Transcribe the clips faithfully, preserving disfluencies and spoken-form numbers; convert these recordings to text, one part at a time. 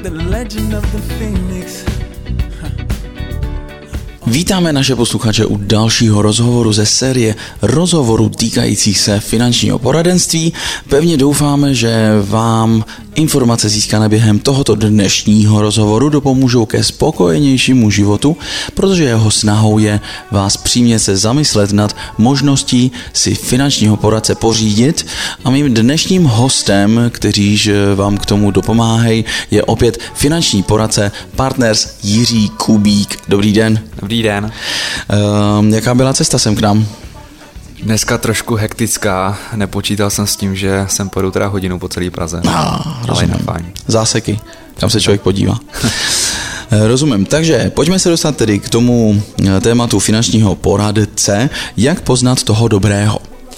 Vítáme naše posluchače u dalšího rozhovoru ze série rozhovorů týkajících se finančního poradenství. Pevně doufáme, že vám informace získané během tohoto dnešního rozhovoru dopomůžou ke spokojenějšímu životu, protože jeho snahou je vás přímě se zamyslet nad možností si finančního poradce pořídit. A mým dnešním hostem, kteříž vám k tomu dopomáhají, je opět finanční poradce Partners Jiří Kubík. Dobrý den. Dobrý den. Uh, jaká byla cesta sem k nám? Dneska trošku hektická, nepočítal jsem s tím, že jsem pojedu teda hodinu po celé Praze, ah, ale jinak fajn. Záseky, kam se člověk podívá. Rozumím, takže pojďme se dostat tedy k tomu tématu finančního poradce. Jak poznat toho dobrého?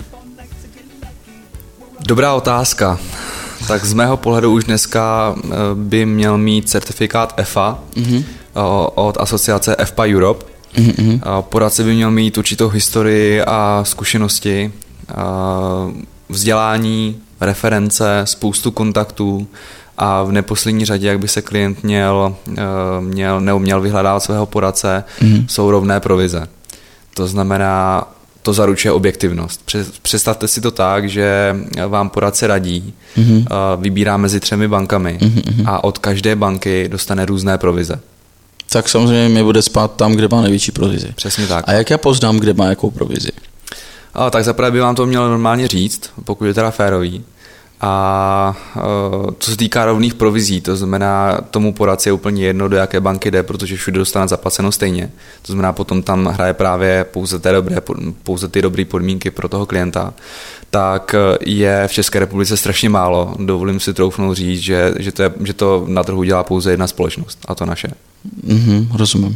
Dobrá otázka. Tak z mého pohledu už dneska by měl mít certifikát F A mm-hmm. od asociace F P A Europe. Mm-hmm. Poradce by měl mít určitou historii a zkušenosti, vzdělání, reference, spoustu kontaktů a v neposlední řadě, jak by se klient měl, měl neuměl vyhledávat svého poradce, mm-hmm. jsou rovné provize. To znamená, to zaručuje objektivnost. Představte si to tak, že vám poradce radí, mm-hmm. vybírá mezi třemi bankami mm-hmm. a od každé banky dostane různé provize. Tak samozřejmě mě bude spát tam, kde má největší provizi. Přesně tak. A jak já poznám, kde má jakou provizi? A, tak zaprvé by vám to mělo normálně říct, pokud je teda férový. A co se týká rovných provizí, to znamená, tomu poradci je úplně jedno, do jaké banky jde, protože všude dostane zaplaceno stejně. To znamená, potom tam hraje právě pouze, té dobré, pouze ty dobré podmínky pro toho klienta. Tak je v České republice strašně málo. Dovolím si troufnout říct, že, že, to, je, že to na trhu dělá pouze jedna společnost, a to naše. Mm-hmm, rozumím.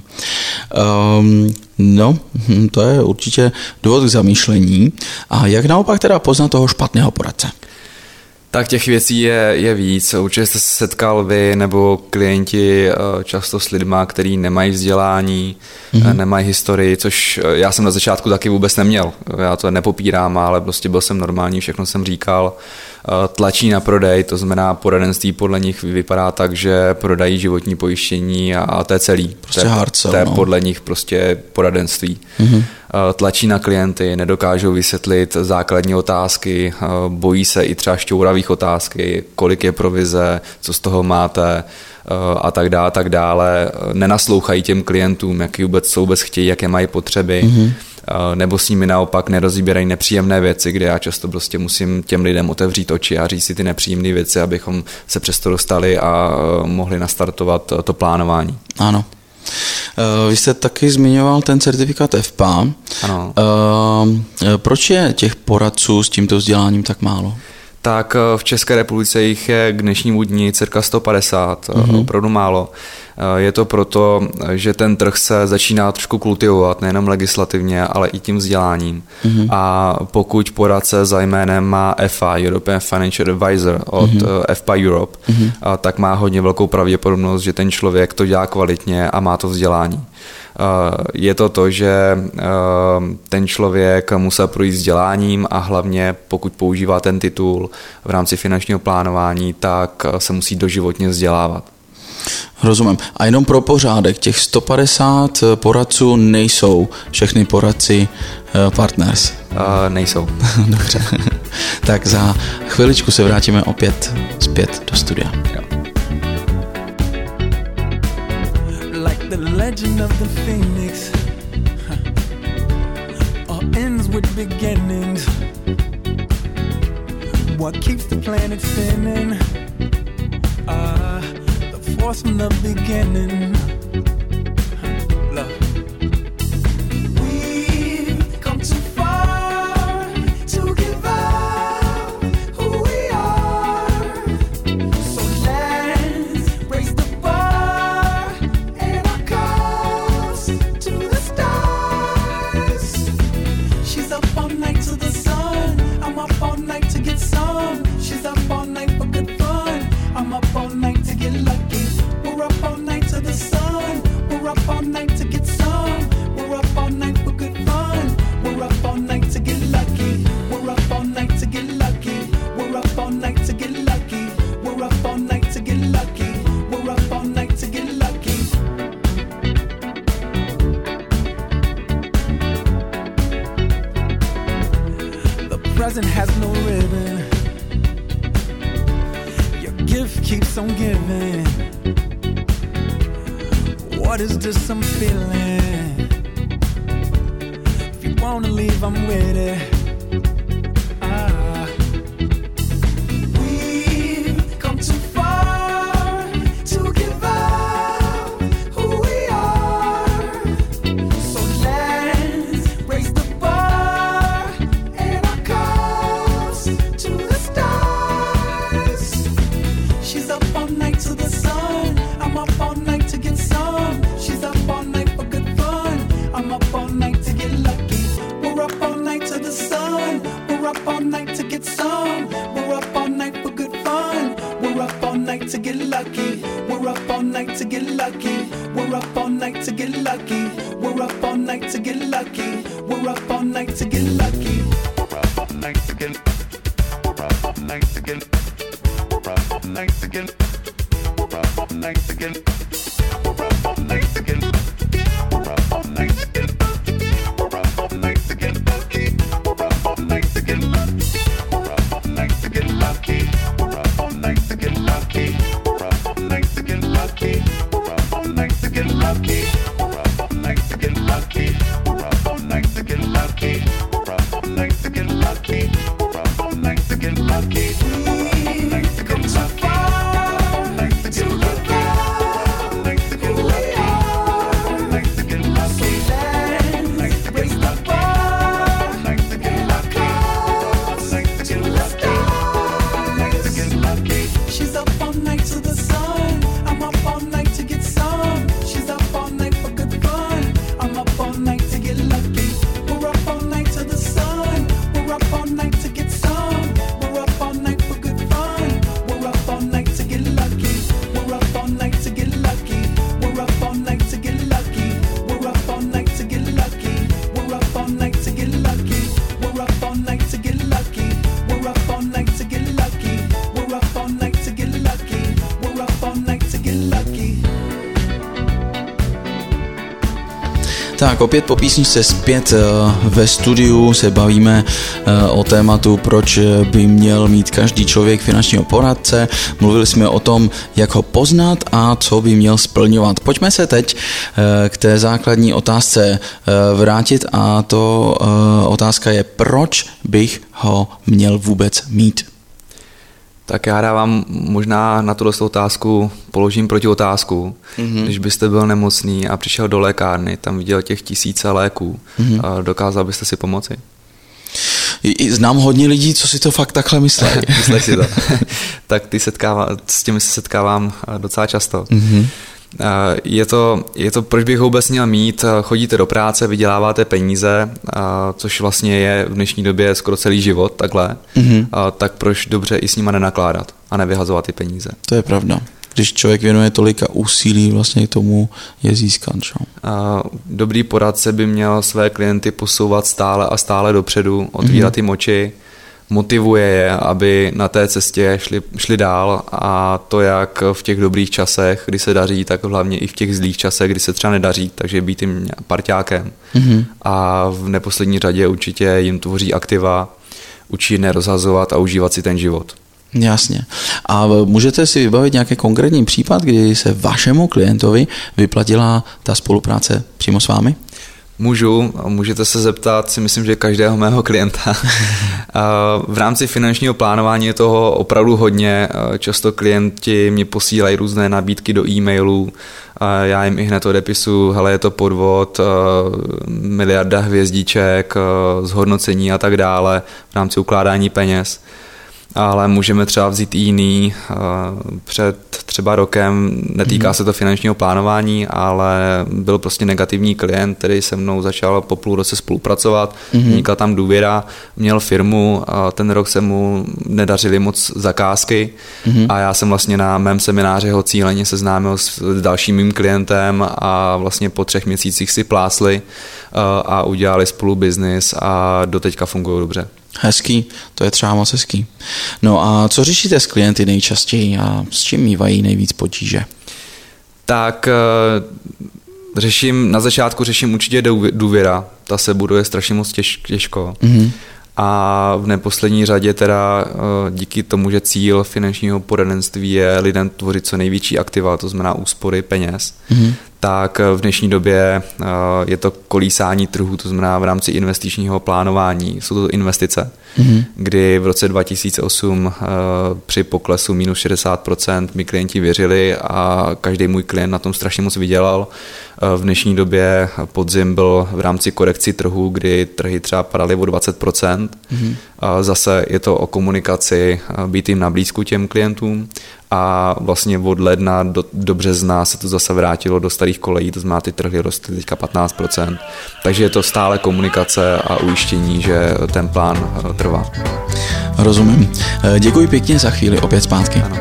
Um, no, to je určitě důvod k zamýšlení. A jak naopak teda poznat toho špatného poradce? Tak těch věcí je, je víc. Určitě jste se setkal vy nebo klienti často s lidma, kteří nemají vzdělání, mm-hmm. nemají historii, což já jsem na začátku taky vůbec neměl. Já to nepopírám, ale prostě byl jsem normální, všechno jsem říkal. Tlačí na prodej, to znamená poradenství podle nich vypadá tak, že prodají životní pojištění a, a to je celý. Prostě to je, hard sell, to je no. podle nich prostě poradenství. Mm-hmm. Tlačí na klienty, nedokážou vysvětlit základní otázky, bojí se i třeba šťouravých otázky, kolik je provize, co z toho máte a tak dále, tak dále. Nenaslouchají těm klientům, jaký vůbec, co vůbec chtějí, jaké mají potřeby. Mm-hmm. Nebo s nimi naopak nerozbírají nepříjemné věci, kde já často prostě musím těm lidem otevřít oči a říct si ty nepříjemné věci, abychom se přesto dostali a mohli nastartovat to plánování. Ano. Vy jste taky zmiňoval ten certifikát F P A. Ano. Proč je těch poradců s tímto vzděláním tak málo? Tak v České republice jich je k dnešnímu dni cirka sto padesát, mm-hmm. opravdu málo. Je to proto, že ten trh se začíná trošku kultivovat, nejenom legislativně, ale i tím vzděláním. Mm-hmm. A pokud poradce za jménem má F A, European Financial Advisor od mm-hmm. F P A Europe, mm-hmm. tak má hodně velkou pravděpodobnost, že ten člověk to dělá kvalitně a má to vzdělání. Je to to, že ten člověk musel projít vzděláním a hlavně pokud používá ten titul v rámci finančního plánování, tak se musí doživotně vzdělávat. Rozumím. A jenom pro pořádek, těch sto padesát poradců nejsou všechny poradci Partners? Uh, nejsou. Dobře. Tak za chviličku se vrátíme opět zpět do studia. Jo. The legend of the phoenix huh. All ends with beginnings. What keeps the planet spinning? Uh, the force from the beginning. Huh. Love. We've come too far to give up who we are. So let's raise the bar and our cups to the stars. She's up all night to the sun. I'm up all night to get some. She's up all night for good fun. I'm up all night to get lucky. We're up all night to the sun. leaving. What is this I'm feeling? If you wanna leave, I'm with it. Ah. We've come too far to give up who we are. So let's raise the bar and our cups to the stars. She's up all night to the sun. I'm up all night to get some. She's up all night for good fun. I'm up all night to get lucky. We're up all night to the sun. We're up all night to get some. We're up all night for good fun. We're up all night to get lucky. We're up all night to get lucky. We're up all night to get lucky. We're up all night to get lucky. We're up all night to get lucky. We're up all night to get. We're up all night to get. We're up all night to get. We're up all night to get. We're up all night to get. We're up all night to get. We're up all night to get lucky. We're up all night to get lucky. We're up all night to get lucky. We're up all night to get lucky. We're up all night to get lucky. We're up all night to get lucky. We're up all night to get lucky. We're up all night to get lucky. We're up all night to get lucky. We're up all night to get lucky. We've come too far to give up who we are. So let's raise the bar and our cups to the stars. She's up all night to the sun. I'm up all night to get some. She's up all night for good fun. I'm up all night to get lucky. We're up all night to the sun. We're up all night to get some. We're up all night for good fun. We're up all night to get lucky. We're up all night to get lucky. We're up all night to get lucky. We're up all night to get lucky. We're up all night to get lucky. We're up all night to get lucky. We're up all night to get lucky. We're up all night to get lucky. We're up all night to get lucky. Tak opět po písničce zpět ve studiu se bavíme o tématu, proč by měl mít každý člověk finančního poradce. Mluvili jsme o tom, jak ho poznat a co by měl splňovat. Pojďme se teď k té základní otázce vrátit a to otázka je, proč bych ho měl vůbec mít. Tak já dávám možná na tuhle otázku, položím proti otázku. Mm-hmm. Když byste byl nemocný a přišel do lékárny, tam viděl těch tisíce léků, mm-hmm. dokázal byste si pomoci? Znám hodně lidí, co si to fakt takhle myslí. Myslíš si to? Tak ty setkává, s těmi se setkávám docela často. Mm-hmm. Je to, je to, proč bych ho vůbec měl mít, chodíte do práce, vyděláváte peníze, což vlastně je v dnešní době skoro celý život takhle, mm-hmm. tak proč dobře i s nima nenakládat a nevyhazovat ty peníze. To je pravda. Když člověk věnuje tolika úsilí, vlastně k tomu je získat. Dobrý poradce by měl své klienty posouvat stále a stále dopředu, otvírat mm-hmm. jim oči, motivuje je, aby na té cestě šli, šli dál, a to jak v těch dobrých časech, kdy se daří, tak hlavně i v těch zlých časech, kdy se třeba nedaří, takže být jim parťákem. Mm-hmm. A v neposlední řadě určitě jim tvoří aktiva, učí nerozhazovat a užívat si ten život. Jasně. A můžete si vybavit nějaký konkrétní případ, kdy se vašemu klientovi vyplatila ta spolupráce přímo s vámi? Můžu, můžete se zeptat, si myslím, že každého mého klienta. V rámci finančního plánování je toho opravdu hodně. Často klienti mi posílají různé nabídky do e-mailů, já jim i hned odepisuju, hele, je to podvod, miliarda hvězdíček, zhodnocení a tak dále v rámci ukládání peněz. Ale můžeme třeba vzít i jiný. Před třeba rokem, netýká se to finančního plánování, ale byl prostě negativní klient, který se mnou začal po půl roce spolupracovat, vznikla tam důvěra, měl firmu, a ten rok se mu nedařily moc zakázky a já jsem vlastně na mém semináři ho cíleně seznámil s dalším mým klientem a vlastně po třech měsících si plásli a udělali spolu biznis a doteďka fungují dobře. Hezký, to je třeba moc hezký. No a co řešíte s klienty nejčastěji a s čím mívají nejvíc potíže? Tak řeším, na začátku řeším určitě důvěra, ta se buduje strašně moc těž, těžko. Mm-hmm. A v neposlední řadě teda díky tomu, že cíl finančního poradenství je lidem tvořit co největší aktiva, to znamená úspory peněz, mm-hmm. tak v dnešní době je to kolísání trhu, to znamená v rámci investičního plánování, jsou to investice, mm-hmm. kdy v roce dva tisíce osm při poklesu minus šedesát procent mi klienti věřili a každý můj klient na tom strašně moc vydělal. V dnešní době podzim byl v rámci korekci trhu, kdy trhy třeba padaly o dvacet procent. Mm-hmm. Zase je to o komunikaci, být jim na blízku těm klientům a vlastně od ledna do, do března se to zase vrátilo do starých kolejí, to znamená ty trhy rostly teďka patnáct procent. Takže je to stále komunikace a ujištění, že ten plán trvá. Rozumím. Děkuji pěkně, za chvíli opět zpátky. Ano.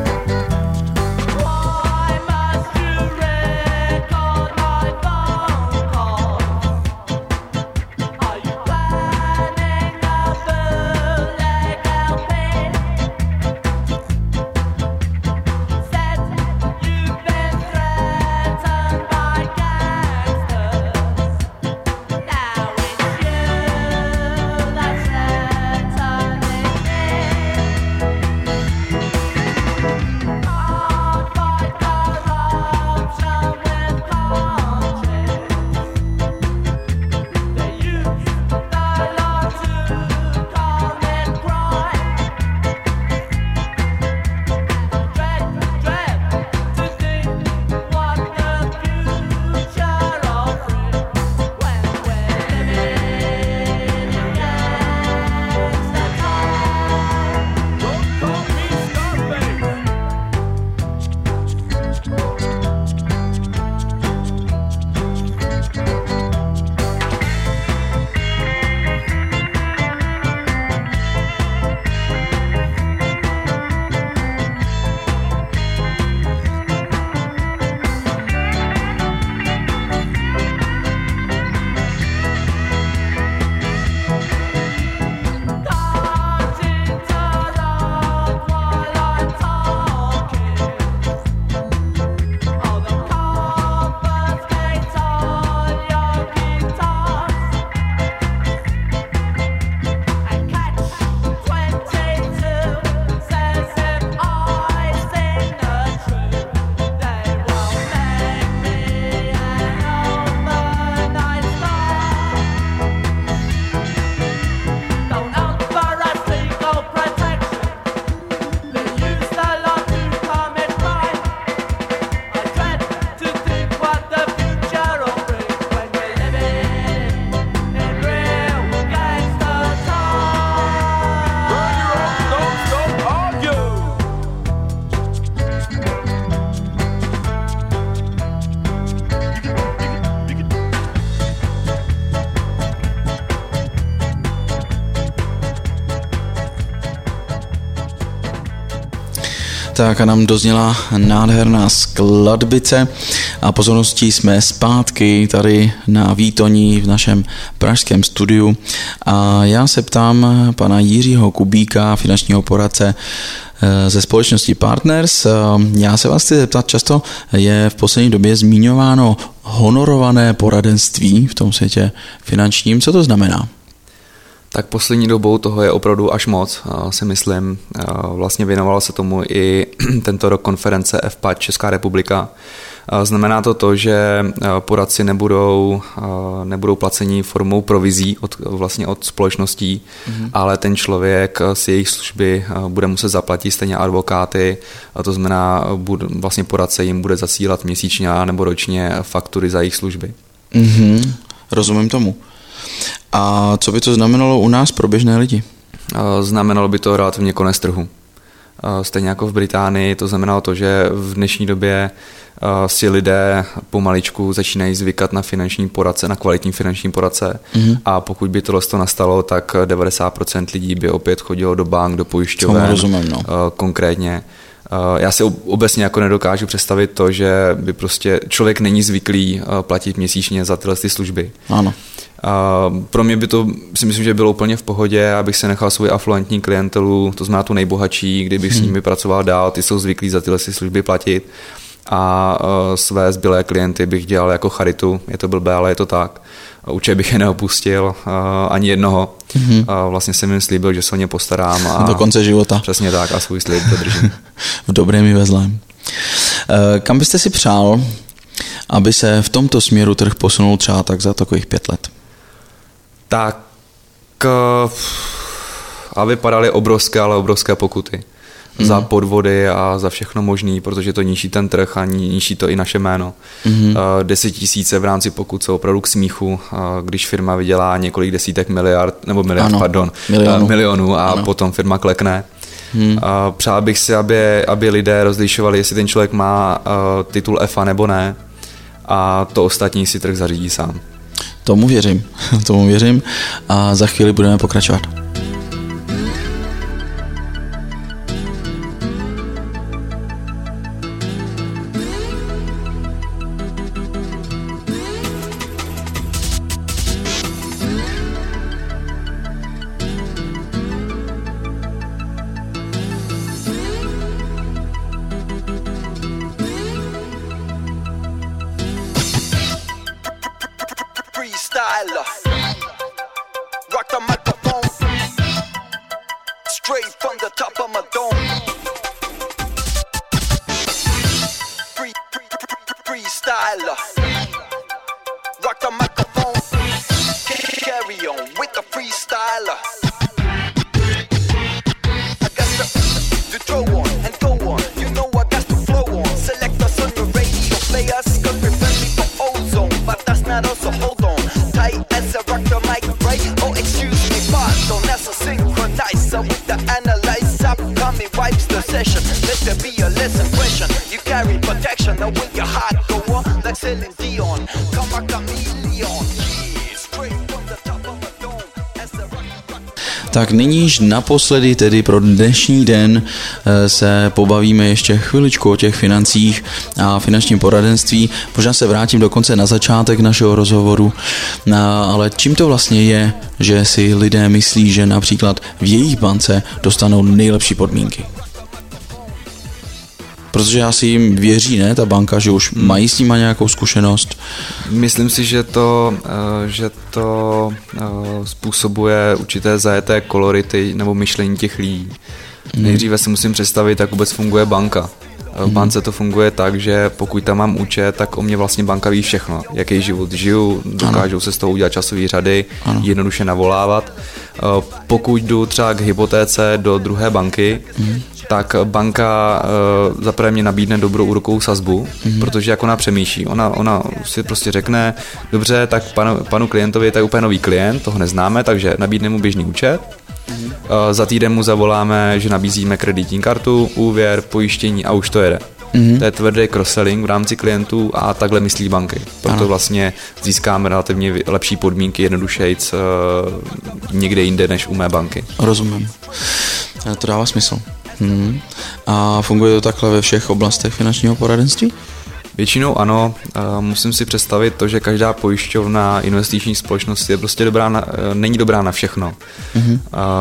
Tak a nám dozněla nádherná skladbice a pozorností jsme zpátky tady na Výtoní v našem pražském studiu a já se ptám pana Jiřího Kubíka, finančního poradce ze společnosti Partners. Já se vás chci zeptat, často je v poslední době zmiňováno honorované poradenství v tom světě finančním. Co to znamená? Tak poslední dobou toho je opravdu až moc, si myslím. Vlastně věnovala se tomu i tento rok konference F P A D Česká republika. Znamená to to, že poradci nebudou, nebudou placení formou provizí od, vlastně od společností, mm-hmm. ale ten člověk si jejich služby bude muset zaplatit, stejně advokáty, a to znamená, vlastně poradce jim bude zasílat měsíčně nebo ročně faktury za jejich služby. Mm-hmm. Rozumím tomu. A co by to znamenalo u nás pro běžné lidi? Znamenalo by to relativně konec trhu. Stejně jako v Británii, to znamenalo to, že v dnešní době si lidé pomaličku začínají zvykat na finanční poradce, na kvalitní finanční poradce mm-hmm. a pokud by tohle nastalo, tak devadesát procent lidí by opět chodilo do bank, do pojišťoven, rozumím, no. konkrétně. Já si obecně jako nedokážu představit to, že by prostě člověk není zvyklý platit měsíčně za tyhle ty služby. Ano. Pro mě by to, si myslím, že bylo úplně v pohodě, abych se nechal svou afluentní klientelu, to znamená tu nejbohatší, kdybych hmm. s nimi pracoval dál, ty jsou zvyklí za tyhle služby platit a své zbylé klienty bych dělal jako charitu, je to blbé, ale je to tak. určitě bych je neopustil, uh, ani jednoho. Mm-hmm. Uh, vlastně jsem jim slíbil, že se o ně postarám. A do konce života. Přesně tak a svůj slib dodržím. V dobrém i ve zlém. Uh, kam byste si přál, aby se v tomto směru trh posunul třeba tak za takových pět let? Tak, uh, aby padaly obrovské, ale obrovské pokuty. Mm. Za podvody a za všechno možný, protože to ničí ten trh a ničí to i naše jméno. Mm. Uh, deset tisíce v rámci pokut jsou opravdu k smíchu, uh, když firma vydělá několik desítek miliard, nebo miliard, ano, pardon, milionů, uh, milionů a ano. Potom firma klekne. Hmm. Uh, přál bych si, aby, aby lidé rozlišovali, jestli ten člověk má uh, titul F A nebo ne, a to ostatní si trh zařídí sám. Tomu věřím, tomu věřím a za chvíli budeme pokračovat. Freestyler, rock the microphone, straight from the top of my dome. Free, free, free, freestyler, rock the microphone, carry on with the freestyler. I got to, to throw on and go on, you know I got to flow on. Select us on your radio players, cause we're friendly for ozone, but that's not also hold on. As I rock the mic, right? Oh, excuse me, pardon, that's a synchronizer with the analyzer. Upcoming wipes the session. Let there be a less impression. You carry protection, now will your heart go on like Celine Dion? Come a chameleon, yeah, straight from the top of a dome. As I rock, rock. Tak nyníž naposledy, tedy pro dnešní den, se pobavíme ještě chviličku o těch financích a finančním poradenství. Možná se vrátím dokonce na začátek našeho rozhovoru, ale čím to vlastně je, že si lidé myslí, že například v jejich bance dostanou nejlepší podmínky? Protože asi jim věří, ne, ta banka, že už hmm. mají s nima nějakou zkušenost. Myslím si, že to, že to způsobuje určité zajeté kolority nebo myšlení těch lidí. Hmm. Nejdříve si musím představit, jak vůbec funguje banka. V bance to funguje tak, že pokud tam mám účet, tak o mě vlastně banka ví všechno. Jaký život žiju, dokážou ano. se z toho udělat časové řady, ano. jednoduše navolávat. Pokud jdu třeba k hypotéce do druhé banky, hmm. tak banka uh, zaprvé mě nabídne dobrou úrokovou sazbu, mm-hmm. protože jak ona přemýšlí, ona, ona si prostě řekne, dobře, tak panu, panu klientovi je to úplně nový klient, toho neznáme, takže nabídne mu běžný účet, mm-hmm. uh, za týden mu zavoláme, že nabízíme kreditní kartu, úvěr, pojištění a už to jede. Mm-hmm. To je tvrdý cross-selling v rámci klientů a takhle myslí banky. Proto ano. vlastně získáme relativně lepší podmínky, jednodušejc uh, někde jinde než u mé banky. Rozumím. To dává smysl. Hmm. A funguje to takhle ve všech oblastech finančního poradenství? Většinou ano. Musím si představit to, že každá pojišťovna, investiční společnost je prostě dobrá na, není dobrá na všechno. Mm-hmm.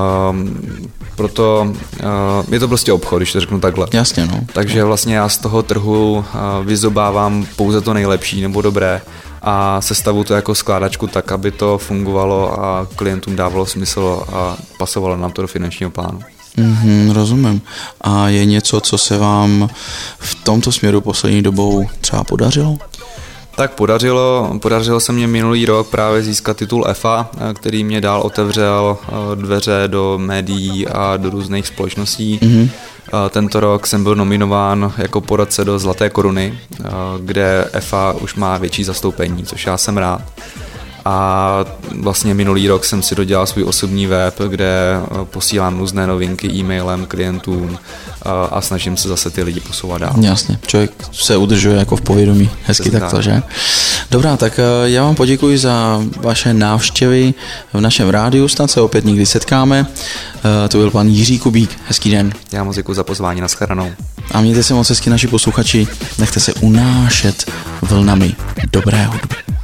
Uh, proto uh, je to prostě obchod, když to řeknu takhle. Jasně, no. Takže vlastně já z toho trhu uh, vyzobávám pouze to nejlepší nebo dobré a sestavu to jako skládačku tak, aby to fungovalo a klientům dávalo smysl a pasovalo nám to do finančního plánu. Mm-hmm, rozumím. A je něco, co se vám v tomto směru poslední dobou třeba podařilo? Tak podařilo, podařilo se mě minulý rok právě získat titul F A, který mě dál otevřel dveře do médií a do různých společností. Mm-hmm. Tento rok jsem byl nominován jako poradce do Zlaté koruny, kde F A už má větší zastoupení, což já jsem rád. A vlastně minulý rok jsem si dodělal svůj osobní web, kde posílám různé novinky e-mailem klientům a snažím se zase ty lidi posouvat dál. Jasně, člověk se udržuje jako v povědomí, hezky takto, že? Dobrá, tak já vám poděkuji za vaše návštěvy v našem rádiu, snad se opět někdy setkáme. To byl pan Jiří Kubík, hezký den. Já moc děkuji za pozvání, nashledanou. A mějte se moc hezky, naši posluchači, nechte se unášet vlnami dobré hudby.